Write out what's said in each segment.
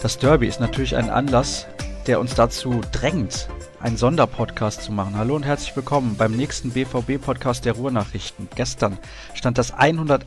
Das Derby ist natürlich ein Anlass, der uns dazu drängt, einen Sonderpodcast zu machen. Hallo und herzlich willkommen beim nächsten BVB-Podcast der Ruhrnachrichten. Gestern stand das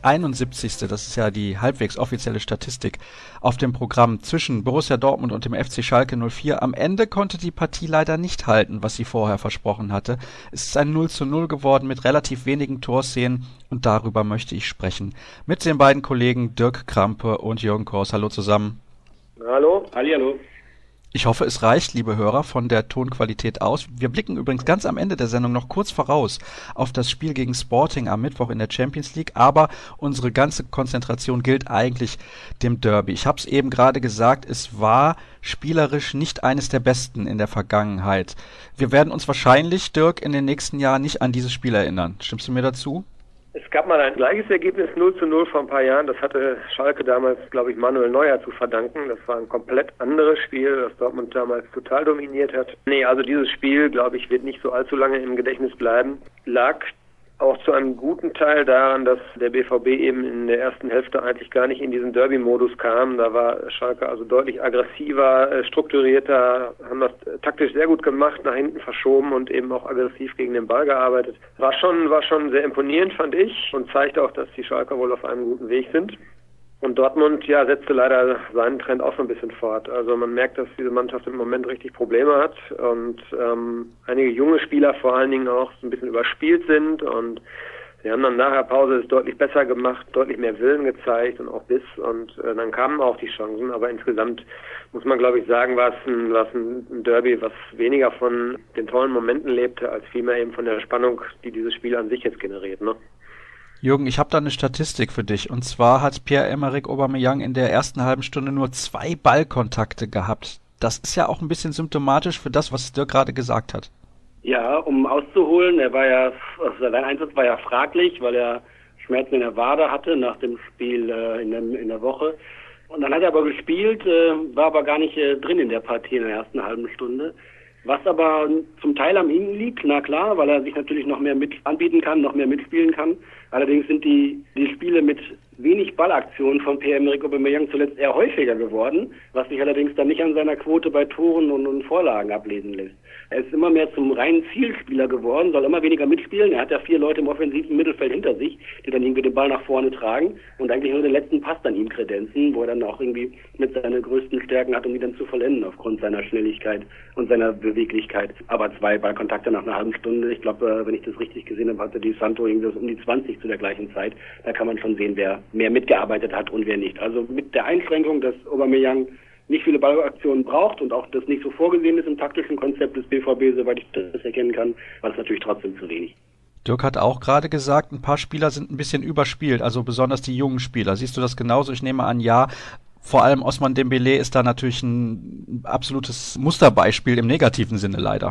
171., das ist ja die halbwegs offizielle Statistik, auf dem Programm zwischen Borussia Dortmund und dem FC Schalke 04. Am Ende konnte die Partie leider nicht halten, was sie vorher versprochen hatte. Es ist ein 0:0 geworden mit relativ wenigen Torszenen und darüber möchte ich sprechen. Mit den beiden Kollegen Dirk Krampe und Jürgen Kors. Hallo zusammen. Hallo. Hallihallo. Ich hoffe, es reicht, liebe Hörer, von der Tonqualität aus. Wir blicken übrigens ganz am Ende der Sendung noch kurz voraus auf das Spiel gegen Sporting am Mittwoch in der Champions League, aber unsere ganze Konzentration gilt eigentlich dem Derby. Ich habe es eben gerade gesagt, es war spielerisch nicht eines der besten in der Vergangenheit. Wir werden uns wahrscheinlich, Dirk, in den nächsten Jahren nicht an dieses Spiel erinnern. Stimmst du mir dazu? Es gab mal ein gleiches Ergebnis, 0:0 vor ein paar Jahren. Das hatte Schalke damals, glaube ich, Manuel Neuer zu verdanken. Das war ein komplett anderes Spiel, das Dortmund damals total dominiert hat. Also dieses Spiel, glaube ich, wird nicht so allzu lange im Gedächtnis bleiben. Lag auch zu einem guten Teil daran, dass der BVB eben in der ersten Hälfte eigentlich gar nicht in diesen Derby-Modus kam. Da war Schalke also deutlich aggressiver, strukturierter, haben das taktisch sehr gut gemacht, nach hinten verschoben und eben auch aggressiv gegen den Ball gearbeitet. War schon sehr imponierend, fand ich, und zeigte auch, dass die Schalker wohl auf einem guten Weg sind. Und Dortmund, setzte leider seinen Trend auch so ein bisschen fort. Also man merkt, dass diese Mannschaft im Moment richtig Probleme hat und einige junge Spieler vor allen Dingen auch so ein bisschen überspielt sind, und sie haben dann nach der Pause es deutlich besser gemacht, deutlich mehr Willen gezeigt und auch Biss, und dann kamen auch die Chancen. Aber insgesamt muss man, glaube ich, sagen, war es ein Derby, was weniger von den tollen Momenten lebte, als vielmehr eben von der Spannung, die dieses Spiel an sich jetzt generiert, ne? Jürgen, ich habe da eine Statistik für dich. Und zwar hat Pierre-Emerick Aubameyang in der ersten halben Stunde nur 2 Ballkontakte gehabt. Das ist ja auch ein bisschen symptomatisch für das, was Dirk gerade gesagt hat. Ja, um auszuholen, sein Einsatz war ja fraglich, weil er Schmerzen in der Wade hatte nach dem Spiel in der Woche. Und dann hat er aber gespielt, war aber gar nicht drin in der Partie in der ersten halben Stunde. Was aber zum Teil am ihm liegt, na klar, weil er sich natürlich noch mehr mit anbieten kann, noch mehr mitspielen kann. Allerdings sind die Spiele mit wenig Ballaktionen von Pierre-Emerick Aubameyang zuletzt eher häufiger geworden, was sich allerdings dann nicht an seiner Quote bei Toren und Vorlagen ablesen lässt. Er ist immer mehr zum reinen Zielspieler geworden, soll immer weniger mitspielen. Er hat ja 4 Leute im offensiven Mittelfeld hinter sich, die dann irgendwie den Ball nach vorne tragen und eigentlich nur den letzten Pass dann ihm kredenzen, wo er dann auch irgendwie mit seinen größten Stärken hat, um die dann zu vollenden aufgrund seiner Schnelligkeit und seiner Beweglichkeit. Aber 2 Ballkontakte nach einer halben Stunde, ich glaube, wenn ich das richtig gesehen habe, hatte Di Santo irgendwie so um die 20 zu der gleichen Zeit. Da kann man schon sehen, wer mehr mitgearbeitet hat und wer nicht. Also mit der Einschränkung, dass Aubameyang nicht viele Ballaktionen braucht und auch das nicht so vorgesehen ist im taktischen Konzept des BVB, soweit ich das erkennen kann, war es natürlich trotzdem zu wenig. Dirk hat auch gerade gesagt, ein paar Spieler sind ein bisschen überspielt, also besonders die jungen Spieler. Siehst du das genauso? Ich nehme an, ja. Vor allem Ousmane Dembélé ist da natürlich ein absolutes Musterbeispiel im negativen Sinne leider.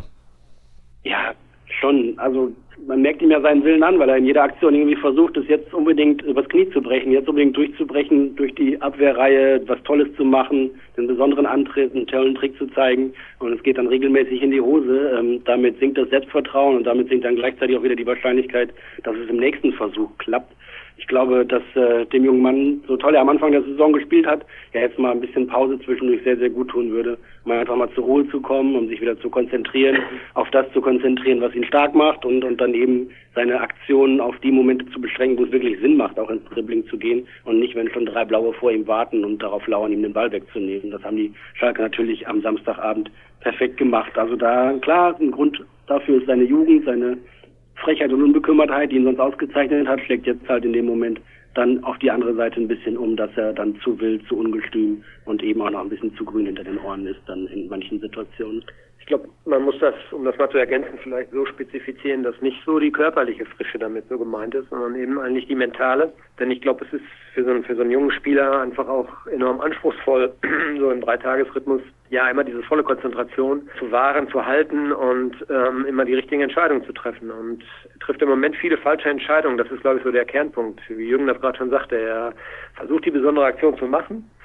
Ja, schon. Also man merkt ihm ja seinen Willen an, weil er in jeder Aktion irgendwie versucht, es jetzt unbedingt übers Knie zu brechen, jetzt unbedingt durchzubrechen, durch die Abwehrreihe was Tolles zu machen, den besonderen Antritt, einen tollen Trick zu zeigen, und es geht dann regelmäßig in die Hose. Damit sinkt das Selbstvertrauen und damit sinkt dann gleichzeitig auch wieder die Wahrscheinlichkeit, dass es im nächsten Versuch klappt. Ich glaube, dass dem jungen Mann, so toll er am Anfang der Saison gespielt hat, jetzt mal ein bisschen Pause zwischendurch sehr, sehr gut tun würde, um einfach mal zur Ruhe zu kommen, um sich wieder zu konzentrieren, auf das zu konzentrieren, was ihn stark macht, und dann eben seine Aktionen auf die Momente zu beschränken, wo es wirklich Sinn macht, auch ins Dribbling zu gehen, und nicht, wenn schon 3 Blaue vor ihm warten und darauf lauern, ihm den Ball wegzunehmen. Das haben die Schalke natürlich am Samstagabend perfekt gemacht. Also da, klar, ein Grund dafür ist seine Jugend, seine Frechheit und Unbekümmertheit, die ihn sonst ausgezeichnet hat, schlägt jetzt halt in dem Moment dann auf die andere Seite ein bisschen um, dass er dann zu wild, zu ungestüm und eben auch noch ein bisschen zu grün hinter den Ohren ist dann in manchen Situationen. Ich glaube, man muss das, um das mal zu ergänzen, vielleicht so spezifizieren, dass nicht so die körperliche Frische damit so gemeint ist, sondern eben eigentlich die mentale. Denn ich glaube, es ist für so einen jungen Spieler einfach auch enorm anspruchsvoll, so im 3-Tages-Rhythmus, immer diese volle Konzentration zu wahren, zu halten und immer die richtigen Entscheidungen zu treffen. Und er trifft im Moment viele falsche Entscheidungen. Das ist, glaube ich, so der Kernpunkt. Wie Jürgen das gerade schon sagte, er versucht, die besondere Aktion zu machen,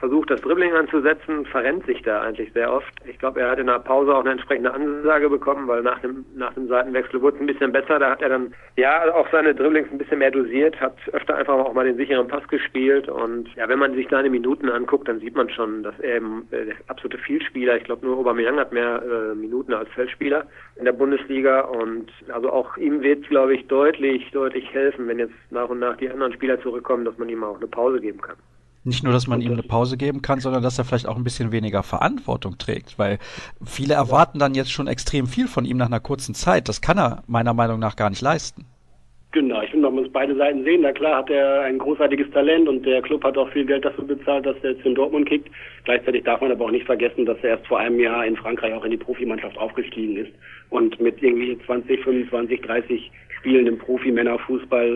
versucht, das Dribbling anzusetzen, verrennt sich da eigentlich sehr oft. Ich glaube, er hat in der Pause auch eine entsprechende Ansage bekommen, weil nach dem Seitenwechsel wurde es ein bisschen besser. Da hat er dann auch seine Dribblings ein bisschen mehr dosiert, hat öfter einfach auch mal den sicheren Pass gespielt. Und ja, wenn man sich seine Minuten anguckt, dann sieht man schon, dass er eben der absolute Vielspieler, ich glaube nur Aubameyang hat mehr Minuten als Feldspieler in der Bundesliga. Und also auch ihm wird, glaube ich, deutlich helfen, wenn jetzt nach und nach die anderen Spieler zurückkommen, dass man ihm auch eine Pause geben kann. Nicht nur, dass man ihm eine Pause geben kann, sondern dass er vielleicht auch ein bisschen weniger Verantwortung trägt, weil viele erwarten dann jetzt schon extrem viel von ihm nach einer kurzen Zeit. Das kann er meiner Meinung nach gar nicht leisten. Genau, ich finde, man muss beide Seiten sehen. Na klar hat er ein großartiges Talent und der Club hat auch viel Geld dafür bezahlt, dass er jetzt in Dortmund kickt. Gleichzeitig darf man aber auch nicht vergessen, dass er erst vor einem Jahr in Frankreich auch in die Profimannschaft aufgestiegen ist und mit irgendwie 20, 25, 30 Spielen im Profi-Männerfußball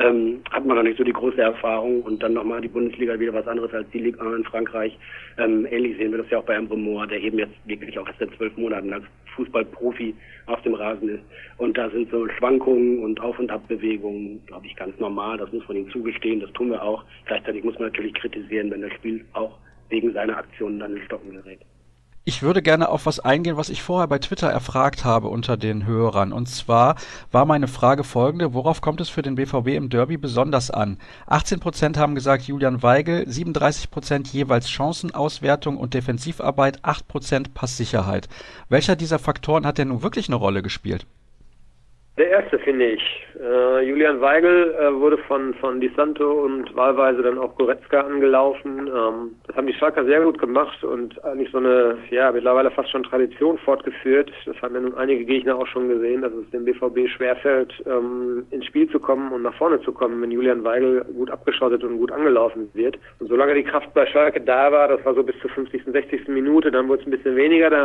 hat man noch nicht so die große Erfahrung und dann nochmal die Bundesliga wieder was anderes als die Ligue 1 in Frankreich. Ähnlich sehen wir das ja auch bei Emre Mor, der eben jetzt wirklich auch erst seit 12 Monaten als Fußballprofi auf dem Rasen ist. Und da sind so Schwankungen und Auf- und Abbewegungen, glaube ich, ganz normal. Das muss man ihm zugestehen, das tun wir auch. Gleichzeitig muss man natürlich kritisieren, wenn das Spiel auch wegen seiner Aktionen dann in Stocken gerät. Ich würde gerne auf was eingehen, was ich vorher bei Twitter erfragt habe unter den Hörern. Und zwar war meine Frage folgende: Worauf kommt es für den BVB im Derby besonders an? 18% haben gesagt Julian Weigl, 37% jeweils Chancenauswertung und Defensivarbeit, 8% Passsicherheit. Welcher dieser Faktoren hat denn nun wirklich eine Rolle gespielt? Der erste, finde ich. Julian Weigl wurde von Di Santo und wahlweise dann auch Goretzka angelaufen. Das haben die Schalker sehr gut gemacht und eigentlich so eine, mittlerweile fast schon Tradition fortgeführt. Das haben ja nun einige Gegner auch schon gesehen, dass es dem BVB schwerfällt, ins Spiel zu kommen und nach vorne zu kommen, wenn Julian Weigl gut abgeschottet und gut angelaufen wird. Und solange die Kraft bei Schalke da war, das war so bis zur 50., 60. Minute, dann wurde es ein bisschen weniger. Da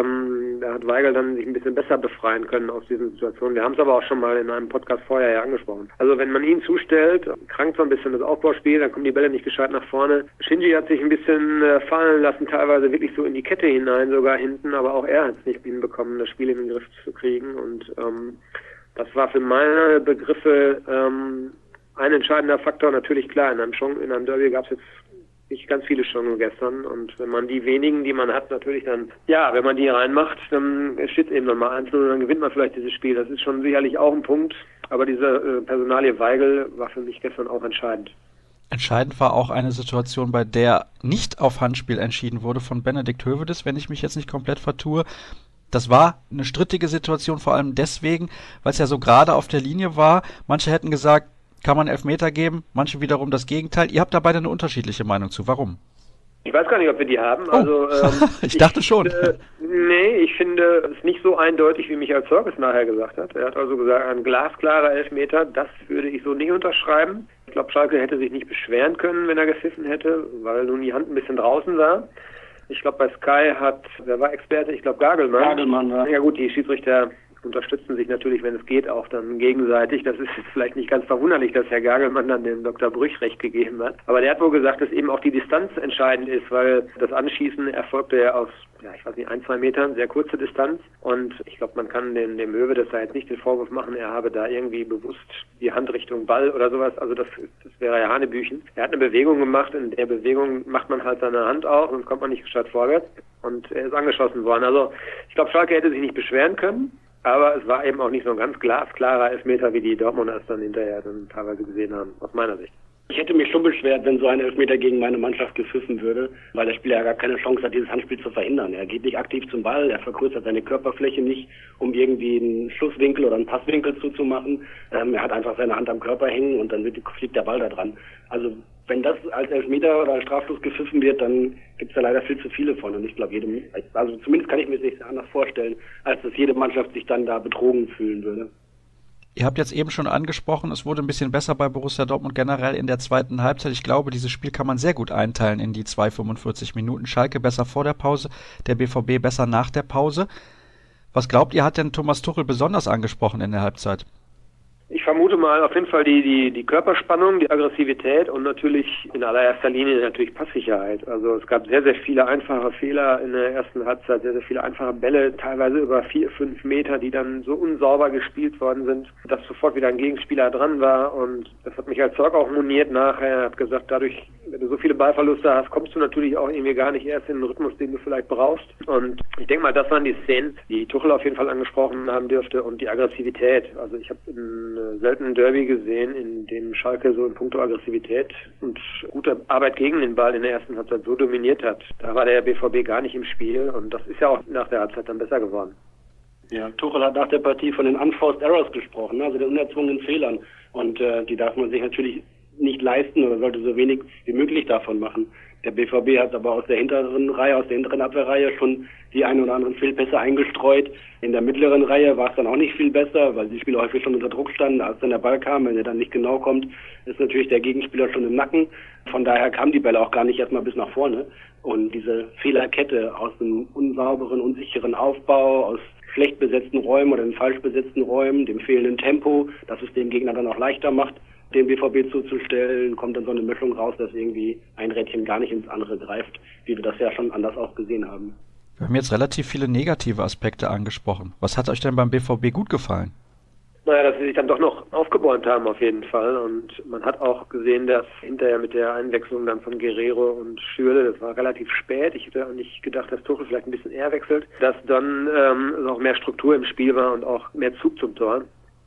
hat Weigl dann sich ein bisschen besser befreien können aus diesen Situationen. Wir haben es aber auch schon mal in einem Podcast vorher ja angesprochen. Also wenn man ihn zustellt, krankt so ein bisschen das Aufbauspiel, dann kommen die Bälle nicht gescheit nach vorne. Shinji hat sich ein bisschen fallen lassen, teilweise wirklich so in die Kette hinein, sogar hinten, aber auch er hat es nicht hinbekommen, das Spiel in den Griff zu kriegen. Und das war für meine Begriffe ein entscheidender Faktor. Natürlich klar, in einem Derby gab es jetzt nicht ganz viele Chancen gestern und wenn man die wenigen, die man hat, natürlich dann, wenn man die reinmacht, dann steht es eben nochmal 1-0 und dann gewinnt man vielleicht dieses Spiel. Das ist schon sicherlich auch ein Punkt, aber diese Personalie Weigl war für mich gestern auch entscheidend. Entscheidend war auch eine Situation, bei der nicht auf Handspiel entschieden wurde von Benedikt Höwedes, wenn ich mich jetzt nicht komplett vertue. Das war eine strittige Situation, vor allem deswegen, weil es ja so gerade auf der Linie war. Manche hätten gesagt, kann man Elfmeter geben, manche wiederum das Gegenteil. Ihr habt da beide eine unterschiedliche Meinung zu. Warum? Ich weiß gar nicht, ob wir die haben. Oh. Also ich dachte schon. Ich finde es nicht so eindeutig, wie Michael Zorc es nachher gesagt hat. Er hat also gesagt, ein glasklarer Elfmeter, das würde ich so nicht unterschreiben. Ich glaube, Schalke hätte sich nicht beschweren können, wenn er gepfiffen hätte, weil nun die Hand ein bisschen draußen war. Ich glaube, bei Sky wer war Experte? Ich glaube, Gagelmann. Gagelmann, ja. Ja gut, die Schiedsrichter unterstützen sich natürlich, wenn es geht, auch dann gegenseitig. Das ist jetzt vielleicht nicht ganz verwunderlich, dass Herr Gagelmann dann dem Dr. Brüch recht gegeben hat. Aber der hat wohl gesagt, dass eben auch die Distanz entscheidend ist, weil das Anschießen erfolgte ja aus, 1-2 Metern, sehr kurze Distanz. Und ich glaube, man kann dem Höwedes da jetzt nicht den Vorwurf machen, er habe da irgendwie bewusst die Hand Richtung Ball oder sowas. Also das wäre ja Hanebüchen. Er hat eine Bewegung gemacht, in der Bewegung macht man halt seine Hand auf und kommt man nicht gescheit vorwärts. Und er ist angeschossen worden. Also ich glaube, Schalke hätte sich nicht beschweren können. Aber es war eben auch nicht so ein ganz glasklarer Elfmeter, wie die Dortmunder es dann hinterher dann teilweise gesehen haben, aus meiner Sicht. Ich hätte mich schon beschwert, wenn so ein Elfmeter gegen meine Mannschaft gepfiffen würde, weil der Spieler ja gar keine Chance hat, dieses Handspiel zu verhindern. Er geht nicht aktiv zum Ball, er vergrößert seine Körperfläche nicht, um irgendwie einen Schusswinkel oder einen Passwinkel zuzumachen. Er hat einfach seine Hand am Körper hängen und dann fliegt der Ball da dran. Also wenn das als Elfmeter oder als Strafstoß gepfiffen wird, dann gibt es da leider viel zu viele von. Und ich glaube, zumindest kann ich mir das nicht anders vorstellen, als dass jede Mannschaft sich dann da betrogen fühlen würde. Ihr habt jetzt eben schon angesprochen, es wurde ein bisschen besser bei Borussia Dortmund generell in der zweiten Halbzeit. Ich glaube, dieses Spiel kann man sehr gut einteilen in die 45 Minuten. Schalke besser vor der Pause, der BVB besser nach der Pause. Was glaubt ihr, hat denn Thomas Tuchel besonders angesprochen in der Halbzeit? Ich vermute mal auf jeden Fall die Körperspannung, die Aggressivität und natürlich in allererster Linie natürlich Passsicherheit. Also es gab sehr, sehr viele einfache Fehler in der ersten Halbzeit, sehr, sehr viele einfache Bälle, teilweise über 4-5 Meter, die dann so unsauber gespielt worden sind, dass sofort wieder ein Gegenspieler dran war und das hat Michael Zorc auch moniert nachher. Er hat gesagt, dadurch wenn du so viele Ballverluste hast, kommst du natürlich auch irgendwie gar nicht erst in den Rhythmus, den du vielleicht brauchst. Und ich denke mal, das waren die Szenen, die Tuchel auf jeden Fall angesprochen haben dürfte und die Aggressivität. Also ich habe einen seltenen Derby gesehen, in dem Schalke so in puncto Aggressivität und gute Arbeit gegen den Ball in der ersten Halbzeit so dominiert hat. Da war der BVB gar nicht im Spiel und das ist ja auch nach der Halbzeit dann besser geworden. Ja, Tuchel hat nach der Partie von den Unforced Errors gesprochen, also den unerzwungenen Fehlern. Und die darf man sich natürlich nicht leisten oder sollte so wenig wie möglich davon machen. Der BVB hat aber aus der hinteren Abwehrreihe schon die ein oder anderen Fehlpässe eingestreut. In der mittleren Reihe war es dann auch nicht viel besser, weil die Spieler häufig schon unter Druck standen. Als dann der Ball kam, wenn er dann nicht genau kommt, ist natürlich der Gegenspieler schon im Nacken. Von daher kamen die Bälle auch gar nicht erstmal bis nach vorne. Und diese Fehlerkette aus einem unsauberen, unsicheren Aufbau, aus schlecht besetzten Räumen oder in falsch besetzten Räumen, dem fehlenden Tempo, das es dem Gegner dann auch leichter macht, dem BVB zuzustellen, kommt dann so eine Mischung raus, dass irgendwie ein Rädchen gar nicht ins andere greift, wie wir das ja schon anders auch gesehen haben. Wir haben jetzt relativ viele negative Aspekte angesprochen. Was hat euch denn beim BVB gut gefallen? Naja, dass sie sich dann doch noch aufgebäumt haben auf jeden Fall und man hat auch gesehen, dass hinterher mit der Einwechslung dann von Guerrero und Schürrle, das war relativ spät, ich hätte auch nicht gedacht, dass Tuchel vielleicht ein bisschen eher wechselt, dass dann auch mehr Struktur im Spiel war und auch mehr Zug zum Tor.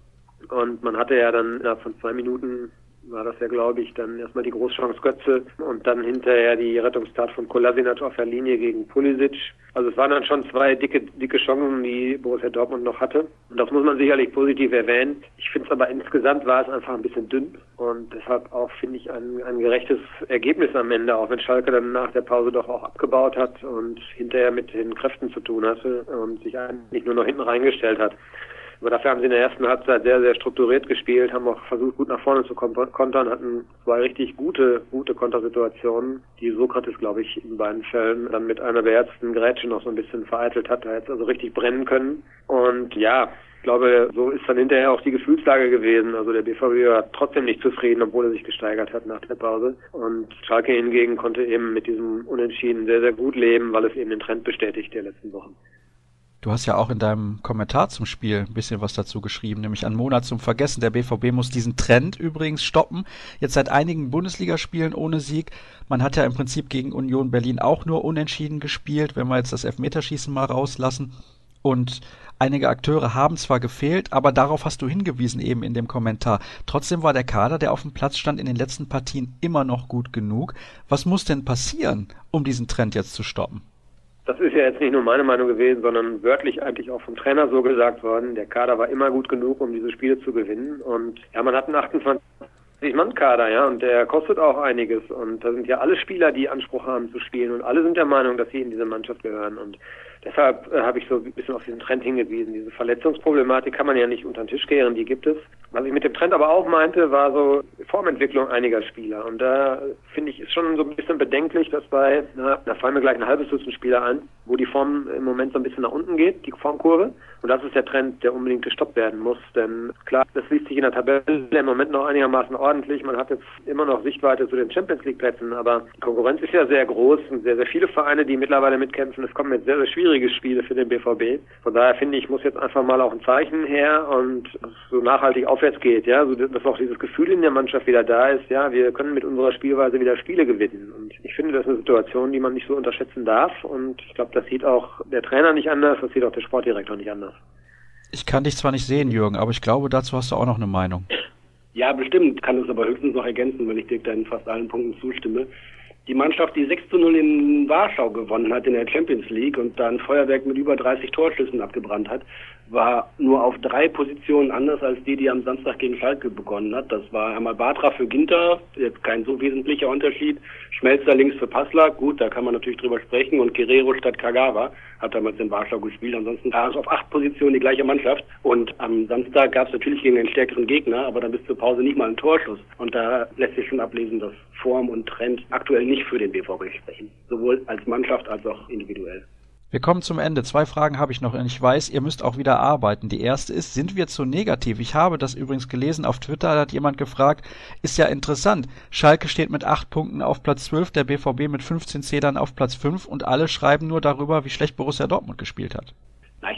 Und man hatte ja dann innerhalb von 2 Minuten, war das ja glaube ich, dann erstmal die Großchance Götze und dann hinterher die Rettungstat von Kolasinac auf der Linie gegen Pulisic. Also es waren dann schon 2 dicke Chancen, die Borussia Dortmund noch hatte. Und das muss man sicherlich positiv erwähnen. Ich finde es aber insgesamt war es einfach ein bisschen dünn und deshalb auch, finde ich, ein gerechtes Ergebnis am Ende, auch wenn Schalke dann nach der Pause doch auch abgebaut hat und hinterher mit den Kräften zu tun hatte und sich eigentlich nur noch hinten reingestellt hat. Aber dafür haben sie in der ersten Halbzeit sehr, sehr strukturiert gespielt, haben auch versucht, gut nach vorne zu kontern, hatten 2 richtig gute Kontersituationen, die Sokrates, glaube ich, in beiden Fällen dann mit einer beherzten Grätsche noch so ein bisschen vereitelt hat. Da hätte es also richtig brennen können. Und ja, ich glaube, so ist dann hinterher auch die Gefühlslage gewesen. Also der BVB war trotzdem nicht zufrieden, obwohl er sich gesteigert hat nach der Pause. Und Schalke hingegen konnte eben mit diesem Unentschieden sehr, sehr gut leben, weil es eben den Trend bestätigt der letzten Wochen. Du hast ja auch in deinem Kommentar zum Spiel ein bisschen was dazu geschrieben, nämlich ein Monat zum Vergessen. Der BVB muss diesen Trend übrigens stoppen. Jetzt seit einigen Bundesligaspielen ohne Sieg. Man hat ja im Prinzip gegen Union Berlin auch nur unentschieden gespielt, wenn wir jetzt das Elfmeterschießen mal rauslassen. Und einige Akteure haben zwar gefehlt, aber darauf hast du hingewiesen eben in dem Kommentar. Trotzdem war der Kader, der auf dem Platz stand, in den letzten Partien immer noch gut genug. Was muss denn passieren, um diesen Trend jetzt zu stoppen? Das ist ja jetzt nicht nur meine Meinung gewesen, sondern wörtlich eigentlich auch vom Trainer so gesagt worden. Der Kader war immer gut genug, um diese Spiele zu gewinnen. Und ja, man hat einen 28-Mann-Kader, ja, und der kostet auch einiges. Und da sind ja alle Spieler, die Anspruch haben zu spielen. Und alle sind der Meinung, dass sie in diese Mannschaft gehören. Und deshalb habe ich so ein bisschen auf diesen Trend hingewiesen. Diese Verletzungsproblematik kann man ja nicht unter den Tisch kehren, die gibt es. Was ich mit dem Trend aber auch meinte, war so Formentwicklung einiger Spieler. Und da finde ich, ist schon so ein bisschen bedenklich, dass da fallen mir gleich ein halbes Dutzend Spieler ein, wo die Form im Moment so ein bisschen nach unten geht, die Formkurve. Und das ist der Trend, der unbedingt gestoppt werden muss. Denn klar, das liest sich in der Tabelle im Moment noch einigermaßen ordentlich. Man hat jetzt immer noch Sichtweite zu den Champions-League-Plätzen, aber die Konkurrenz ist ja sehr groß und sehr, sehr viele Vereine, die mittlerweile mitkämpfen. Es kommen jetzt sehr, sehr schwierige Spiele für den BVB. Von daher finde ich, muss jetzt einfach mal auch ein Zeichen her und so nachhaltig aufwärts geht, ja, so dass auch dieses Gefühl in der Mannschaft wieder da ist, ja, wir können mit unserer Spielweise wieder Spiele gewinnen. Und ich finde, das ist eine Situation, die man nicht so unterschätzen darf. Und ich glaube, das sieht auch der Trainer nicht anders, das sieht auch der Sportdirektor nicht anders. Ich kann dich zwar nicht sehen, Jürgen, aber ich glaube, dazu hast du auch noch eine Meinung. Ja, bestimmt. Kann es aber höchstens noch ergänzen, wenn ich dir dann in fast allen Punkten zustimme. Die Mannschaft, die 6:0 in Warschau gewonnen hat in der Champions League und da ein Feuerwerk mit über 30 Torschüssen abgebrannt hat, war nur auf 3 Positionen anders als die am Samstag gegen Schalke begonnen hat. Das war einmal Bartra für Ginter, jetzt kein so wesentlicher Unterschied. Schmelzer links für Passlack, gut, da kann man natürlich drüber sprechen. Und Guerrero statt Kagawa hat damals in Warschau gespielt. Ansonsten war es auf 8 Positionen die gleiche Mannschaft. Und am Samstag gab es natürlich gegen einen stärkeren Gegner, aber dann bis zur Pause nicht mal einen Torschuss. Und da lässt sich schon ablesen, dass Form und Trend aktuell nicht für den BVB sprechen. Sowohl als Mannschaft als auch individuell. Wir kommen zum Ende. 2 Fragen habe ich noch und ich weiß, ihr müsst auch wieder arbeiten. Die erste ist, sind wir zu negativ? Ich habe das übrigens gelesen auf Twitter, da hat jemand gefragt, ist ja interessant. Schalke steht mit 8 Punkten auf Platz 12, der BVB mit 15 Zählern auf Platz 5 und alle schreiben nur darüber, wie schlecht Borussia Dortmund gespielt hat. Na, ich glaube,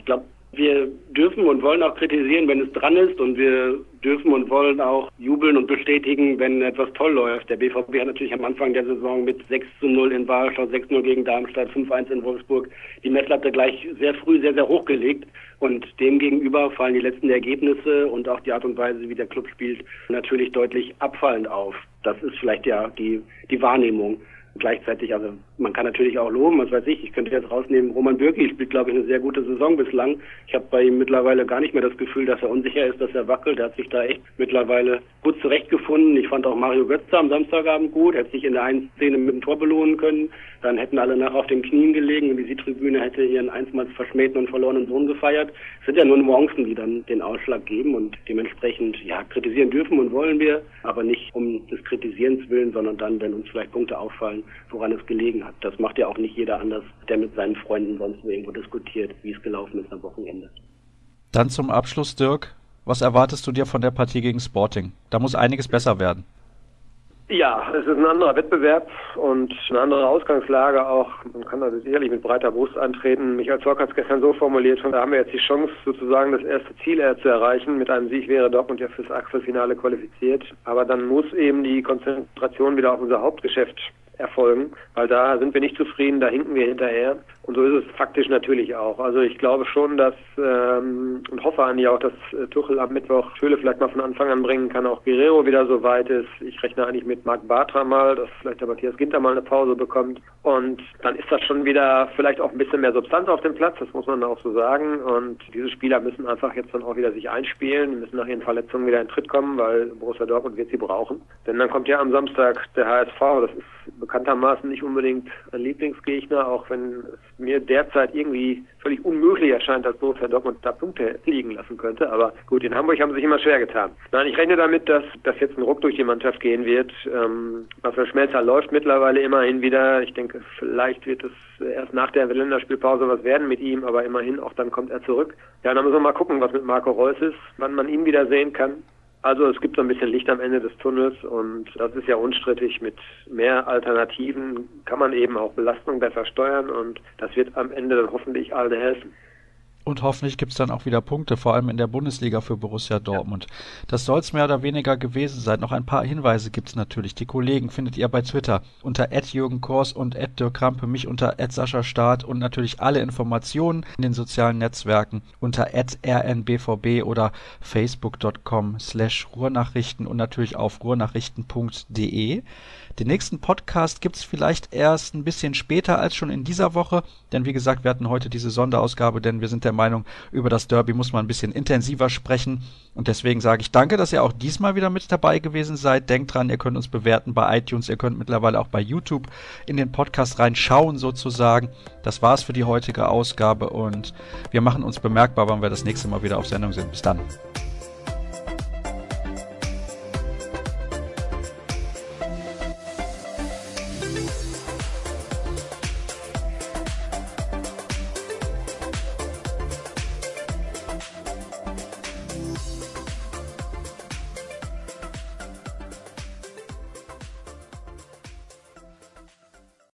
Wir dürfen und wollen auch kritisieren, wenn es dran ist, und wir dürfen und wollen auch jubeln und bestätigen, wenn etwas toll läuft. Der BVB hat natürlich am Anfang der Saison mit 6:0 in Warschau, 6:0 gegen Darmstadt, 5:1 in Wolfsburg die Messlatte gleich sehr früh sehr, sehr hoch gelegt, und demgegenüber fallen die letzten Ergebnisse und auch die Art und Weise, wie der Club spielt, natürlich deutlich abfallend auf. Das ist vielleicht ja die Wahrnehmung. Gleichzeitig, also man kann natürlich auch loben, was weiß ich könnte jetzt rausnehmen, Roman Bürki spielt, glaube ich, eine sehr gute Saison bislang. Ich habe bei ihm mittlerweile gar nicht mehr das Gefühl, dass er unsicher ist, dass er wackelt. Er hat sich da echt mittlerweile gut zurechtgefunden. Ich fand auch Mario Götze am Samstagabend gut. Er hat sich in der einen Szene mit dem Tor belohnen können. Dann hätten alle nachher auf den Knien gelegen und die Südtribüne hätte ihren einstmals verschmähten und verlorenen Sohn gefeiert. Es sind ja nur Nuancen, die dann den Ausschlag geben, und dementsprechend, ja, kritisieren dürfen und wollen wir, aber nicht um des Kritisierens willen, sondern dann, wenn uns vielleicht Punkte auffallen, woran es gelegen hat. Das macht ja auch nicht jeder anders, der mit seinen Freunden sonst irgendwo diskutiert, wie es gelaufen ist am Wochenende. Dann zum Abschluss, Dirk, was erwartest du dir von der Partie gegen Sporting? Da muss einiges besser werden. Ja, es ist ein anderer Wettbewerb und eine andere Ausgangslage auch. Man kann da sicherlich mit breiter Brust antreten. Michael Zorc hat es gestern so formuliert, da haben wir jetzt die Chance, sozusagen das erste Ziel zu erreichen. Mit einem Sieg wäre Dortmund ja fürs Achtelfinale qualifiziert. Aber dann muss eben die Konzentration wieder auf unser Hauptgeschäft erfolgen, weil da sind wir nicht zufrieden, da hinken wir hinterher. Und so ist es faktisch natürlich auch. Also ich glaube schon, dass und hoffe eigentlich auch, dass Tuchel am Mittwoch Schöle vielleicht mal von Anfang an bringen kann, auch Guerrero wieder so weit ist. Ich rechne eigentlich mit Marc Bartra mal, dass vielleicht der Matthias Ginter mal eine Pause bekommt. Und dann ist das schon wieder vielleicht auch ein bisschen mehr Substanz auf dem Platz, das muss man auch so sagen. Und diese Spieler müssen einfach jetzt dann auch wieder sich einspielen, die müssen nach ihren Verletzungen wieder in Tritt kommen, weil Borussia Dortmund wird sie brauchen. Denn dann kommt ja am Samstag der HSV, das ist bekanntermaßen nicht unbedingt ein Lieblingsgegner, auch wenn es mir derzeit irgendwie völlig unmöglich erscheint, dass Borussia Dortmund da Punkte liegen lassen könnte. Aber gut, in Hamburg haben sie sich immer schwer getan. Nein, ich rechne damit, dass jetzt ein Ruck durch die Mannschaft gehen wird. Marcel Schmelzer läuft mittlerweile immerhin wieder. Ich denke, vielleicht wird es erst nach der Länderspielpause was werden mit ihm, aber immerhin auch dann kommt er zurück. Ja, dann müssen wir mal gucken, was mit Marco Reus ist, wann man ihn wieder sehen kann. Also es gibt so ein bisschen Licht am Ende des Tunnels, und das ist ja unstrittig. Mit mehr Alternativen kann man eben auch Belastung besser steuern, und das wird am Ende dann hoffentlich allen helfen. Und hoffentlich gibt es dann auch wieder Punkte, vor allem in der Bundesliga für Borussia Dortmund. Ja. Das soll es mehr oder weniger gewesen sein. Noch ein paar Hinweise gibt es natürlich. Die Kollegen findet ihr bei Twitter unter @JürgenKors und @Dirk Krampe, mich unter @SaschaStart, und natürlich alle Informationen in den sozialen Netzwerken unter @rnbvb oder facebook.com/Ruhrnachrichten und natürlich auf ruhrnachrichten.de. Den nächsten Podcast gibt es vielleicht erst ein bisschen später als schon in dieser Woche, denn wie gesagt, wir hatten heute diese Sonderausgabe, denn wir sind der Meinung, über das Derby muss man ein bisschen intensiver sprechen, und deswegen sage ich danke, dass ihr auch diesmal wieder mit dabei gewesen seid. Denkt dran, ihr könnt uns bewerten bei iTunes, ihr könnt mittlerweile auch bei YouTube in den Podcast reinschauen sozusagen. Das war's für die heutige Ausgabe, und wir machen uns bemerkbar, wann wir das nächste Mal wieder auf Sendung sind. Bis dann.